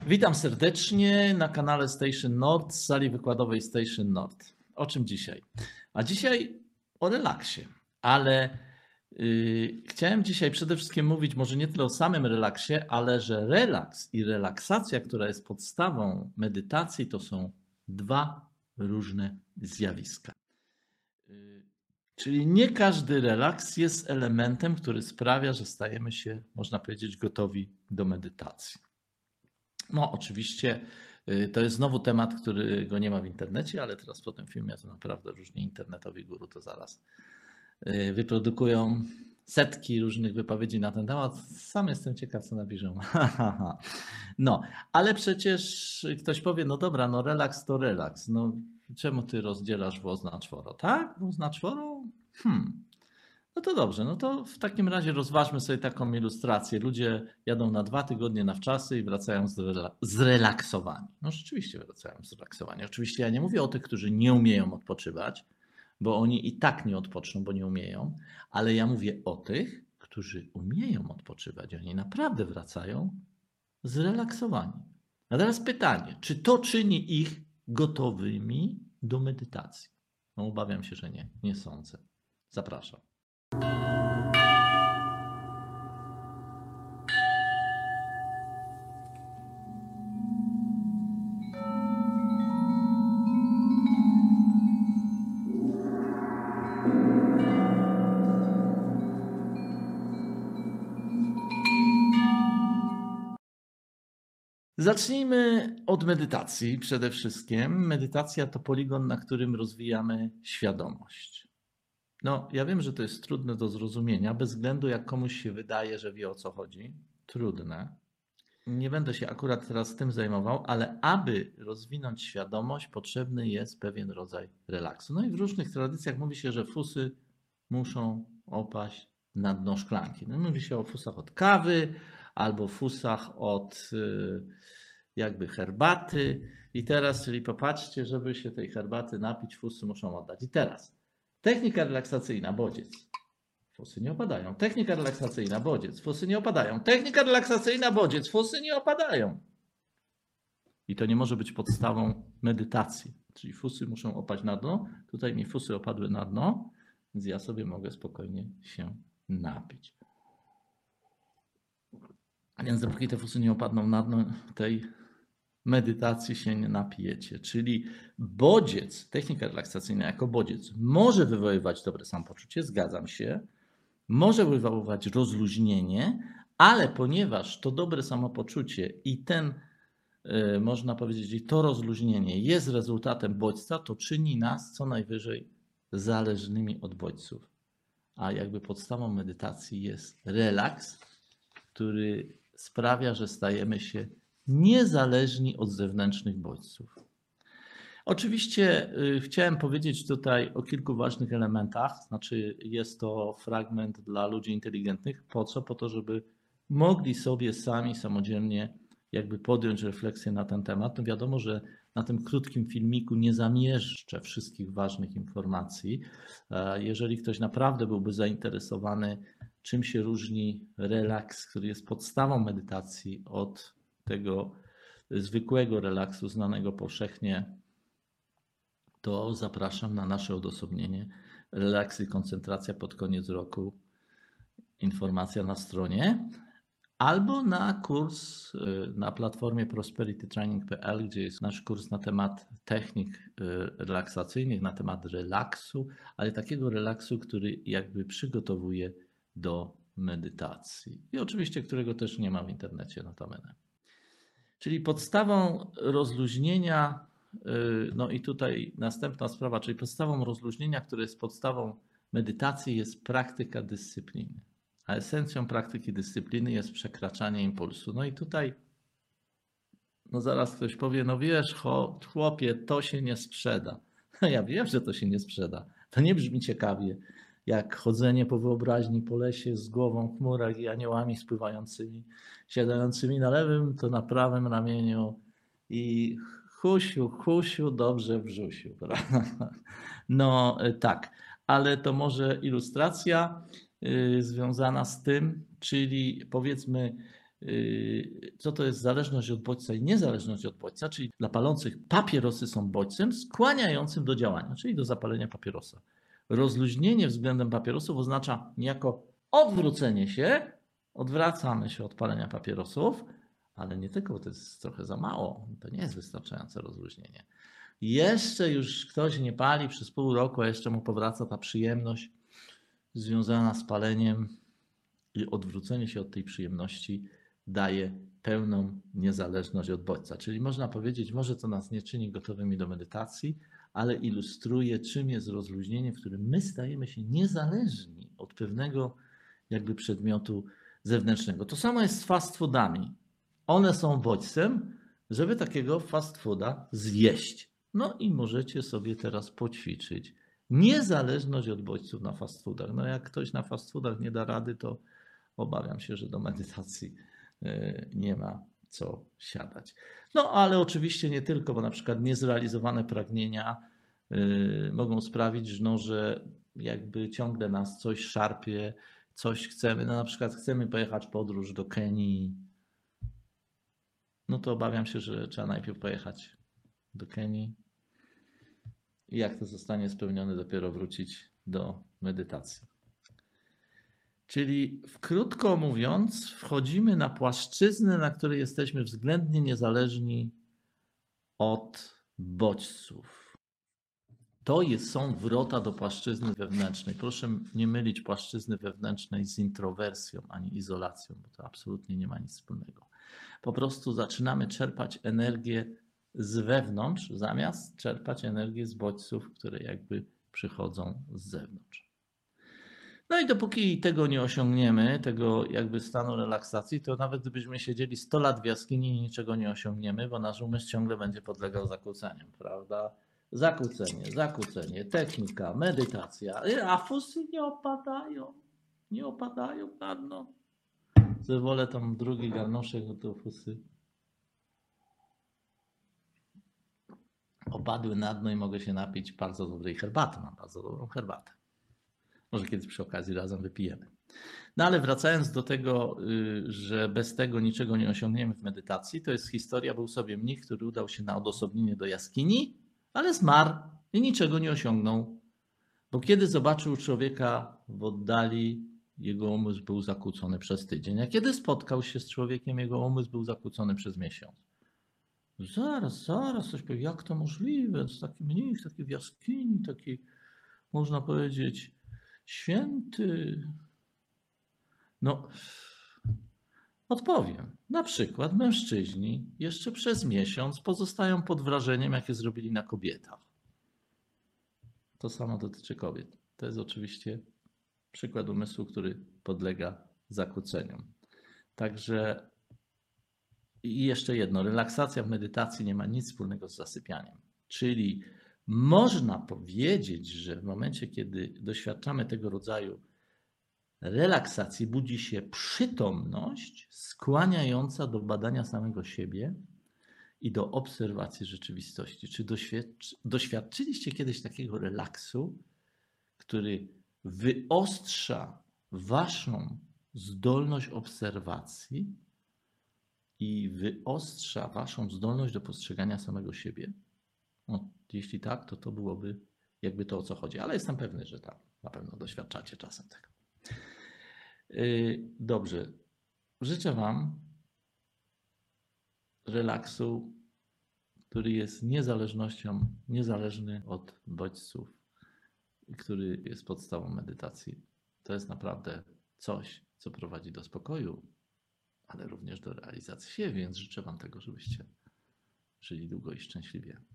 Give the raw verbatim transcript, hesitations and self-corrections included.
Witam serdecznie na kanale Station Nord z sali wykładowej Station Nord. O czym dzisiaj? A dzisiaj o relaksie, ale yy, chciałem dzisiaj przede wszystkim mówić może nie tyle o samym relaksie, ale że relaks i relaksacja, która jest podstawą medytacji, to są dwa różne zjawiska. Yy, czyli nie każdy relaks jest elementem, który sprawia, że stajemy się, można powiedzieć, gotowi do medytacji. No, oczywiście to jest znowu temat, którego nie ma w internecie, ale teraz po tym filmie to naprawdę różni internetowi guru to zaraz wyprodukują setki różnych wypowiedzi na ten temat. Sam jestem ciekaw, co napiszą. No, ale przecież ktoś powie, no dobra, no relaks to relaks. No czemu ty rozdzielasz włos na czworo? Tak, włos na czworo? Hmm. No to dobrze, no to w takim razie rozważmy sobie taką ilustrację. Ludzie jadą na dwa tygodnie na wczasy i wracają zrelaksowani. No rzeczywiście wracają zrelaksowani. Oczywiście ja nie mówię o tych, którzy nie umieją odpoczywać, bo oni i tak nie odpoczną, bo nie umieją, ale ja mówię o tych, którzy umieją odpoczywać. Oni naprawdę wracają zrelaksowani. A teraz pytanie, czy to czyni ich gotowymi do medytacji? No obawiam się, że nie, nie sądzę. Zapraszam. Zacznijmy od medytacji przede wszystkim. Medytacja to poligon, na którym rozwijamy świadomość. No, ja wiem, że to jest trudne do zrozumienia, bez względu jak komuś się wydaje, że wie o co chodzi. Trudne. Nie będę się akurat teraz tym zajmował, ale aby rozwinąć świadomość, potrzebny jest pewien rodzaj relaksu. No i w różnych tradycjach mówi się, że fusy muszą opaść na dno szklanki. No, mówi się o fusach od kawy albo fusach od jakby herbaty. I teraz, czyli popatrzcie, żeby się tej herbaty napić, fusy muszą oddać. I teraz technika relaksacyjna, bodziec. Fusy nie opadają. Technika relaksacyjna, bodziec. Fusy nie opadają. Technika relaksacyjna, bodziec. Fusy nie opadają. I to nie może być podstawą medytacji. Czyli fusy muszą opaść na dno. Tutaj mi fusy opadły na dno, więc ja sobie mogę spokojnie się napić. A więc dopóki te fusy nie opadną na dno, tej medytacji się nie napijecie. Czyli bodziec, technika relaksacyjna jako bodziec może wywoływać dobre samopoczucie, zgadzam się, może wywoływać rozluźnienie, ale ponieważ to dobre samopoczucie i ten, można powiedzieć, i to rozluźnienie jest rezultatem bodźca, to czyni nas co najwyżej zależnymi od bodźców. A jakby podstawą medytacji jest relaks, który sprawia, że stajemy się niezależni od zewnętrznych bodźców. Oczywiście chciałem powiedzieć tutaj o kilku ważnych elementach, znaczy jest to fragment dla ludzi inteligentnych. Po co? Po to, żeby mogli sobie sami, samodzielnie jakby podjąć refleksję na ten temat. No wiadomo, że na tym krótkim filmiku nie zamieszczę wszystkich ważnych informacji. Jeżeli ktoś naprawdę byłby zainteresowany, czym się różni relaks, który jest podstawą medytacji, od tego zwykłego relaksu znanego powszechnie, to zapraszam na nasze odosobnienie relaks i koncentracja pod koniec roku. Informacja na stronie. Albo na kurs na platformie prosperity training kropka p l, gdzie jest nasz kurs na temat technik relaksacyjnych, na temat relaksu, ale takiego relaksu, który jakby przygotowuje do medytacji. I oczywiście, którego też nie ma w internecie, notabene. Czyli podstawą rozluźnienia, no i tutaj następna sprawa, czyli podstawą rozluźnienia, które jest podstawą medytacji, jest praktyka dyscypliny. A esencją praktyki dyscypliny jest przekraczanie impulsu. No i tutaj, no zaraz ktoś powie, no wiesz, chłopie, to się nie sprzeda. No ja wiem, że to się nie sprzeda. To nie brzmi ciekawie, jak chodzenie po wyobraźni po lesie z głową w chmurach i aniołami spływającymi, siadającymi na lewym, to na prawym ramieniu i husiu, husiu, dobrze w brzusiu. No tak, ale to może ilustracja związana z tym, czyli powiedzmy co to jest zależność od bodźca i niezależność od bodźca, czyli dla palących papierosy są bodźcem skłaniającym do działania, czyli do zapalenia papierosa. Rozluźnienie względem papierosów oznacza niejako odwrócenie się, odwracamy się od palenia papierosów, ale nie tylko, to jest trochę za mało, to nie jest wystarczające rozluźnienie. Jeszcze już ktoś nie pali przez pół roku, a jeszcze mu powraca ta przyjemność związana z paleniem i odwrócenie się od tej przyjemności daje pełną niezależność od bodźca. Czyli można powiedzieć, może to nas nie czyni gotowymi do medytacji, ale ilustruje, czym jest rozluźnienie, w którym my stajemy się niezależni od pewnego jakby przedmiotu zewnętrznego. To samo jest z fast foodami. One są bodźcem, żeby takiego fast fooda zjeść. No i możecie sobie teraz poćwiczyć niezależność od bodźców na fast foodach. No jak ktoś na fast foodach nie da rady, to obawiam się, że do medytacji nie ma co siadać. No ale oczywiście nie tylko, bo na przykład niezrealizowane pragnienia mogą sprawić, że, no, że jakby ciągle nas coś szarpie, coś chcemy, no na przykład chcemy pojechać podróż do Kenii, no to obawiam się, że trzeba najpierw pojechać do Kenii i jak to zostanie spełnione, dopiero wrócić do medytacji. Czyli krótko mówiąc, wchodzimy na płaszczyznę, na której jesteśmy względnie niezależni od bodźców. To jest, są wrota do płaszczyzny wewnętrznej. Proszę nie mylić płaszczyzny wewnętrznej z introwersją ani izolacją, bo to absolutnie nie ma nic wspólnego. Po prostu zaczynamy czerpać energię z wewnątrz, zamiast czerpać energię z bodźców, które jakby przychodzą z zewnątrz. No i dopóki tego nie osiągniemy, tego jakby stanu relaksacji, to nawet gdybyśmy siedzieli sto lat w jaskini i niczego nie osiągniemy, bo nasz umysł ciągle będzie podlegał zakłóceniom, prawda? Zakłócenie, zakłócenie, technika, medytacja, a fusy nie opadają, nie opadają na dno. Wolę tam drugi garnuszek, bo to fusy opadły na dno i mogę się napić bardzo dobrej herbaty. Mam bardzo dobrą herbatę. Może kiedyś przy okazji razem wypijemy. No ale wracając do tego, że bez tego niczego nie osiągniemy w medytacji, to jest historia, był sobie mnich, który udał się na odosobnienie do jaskini, ale zmarł i niczego nie osiągnął. Bo kiedy zobaczył człowieka w oddali, jego umysł był zakłócony przez tydzień, a kiedy spotkał się z człowiekiem, jego umysł był zakłócony przez miesiąc. Zaraz, zaraz, coś powie, jak to możliwe? Taki mnich, taki w jaskini, taki, można powiedzieć, święty. No, odpowiem. Na przykład mężczyźni jeszcze przez miesiąc pozostają pod wrażeniem, jakie zrobili na kobietach. To samo dotyczy kobiet. To jest oczywiście przykład umysłu, który podlega zakłóceniom. Także i jeszcze jedno, relaksacja w medytacji nie ma nic wspólnego z zasypianiem. Czyli można powiedzieć, że w momencie, kiedy doświadczamy tego rodzaju relaksacji, budzi się przytomność skłaniająca do badania samego siebie i do obserwacji rzeczywistości. Czy doświadczy, doświadczyliście kiedyś takiego relaksu, który wyostrza waszą zdolność obserwacji i wyostrza waszą zdolność do postrzegania samego siebie? No, jeśli tak, to to byłoby jakby to, o co chodzi. Ale jestem pewny, że tam na pewno doświadczacie czasem tego. Dobrze. Życzę wam relaksu, który jest niezależnością, niezależny od bodźców, który jest podstawą medytacji. To jest naprawdę coś, co prowadzi do spokoju, ale również do realizacji siebie, więc życzę wam tego, żebyście żyli długo i szczęśliwie.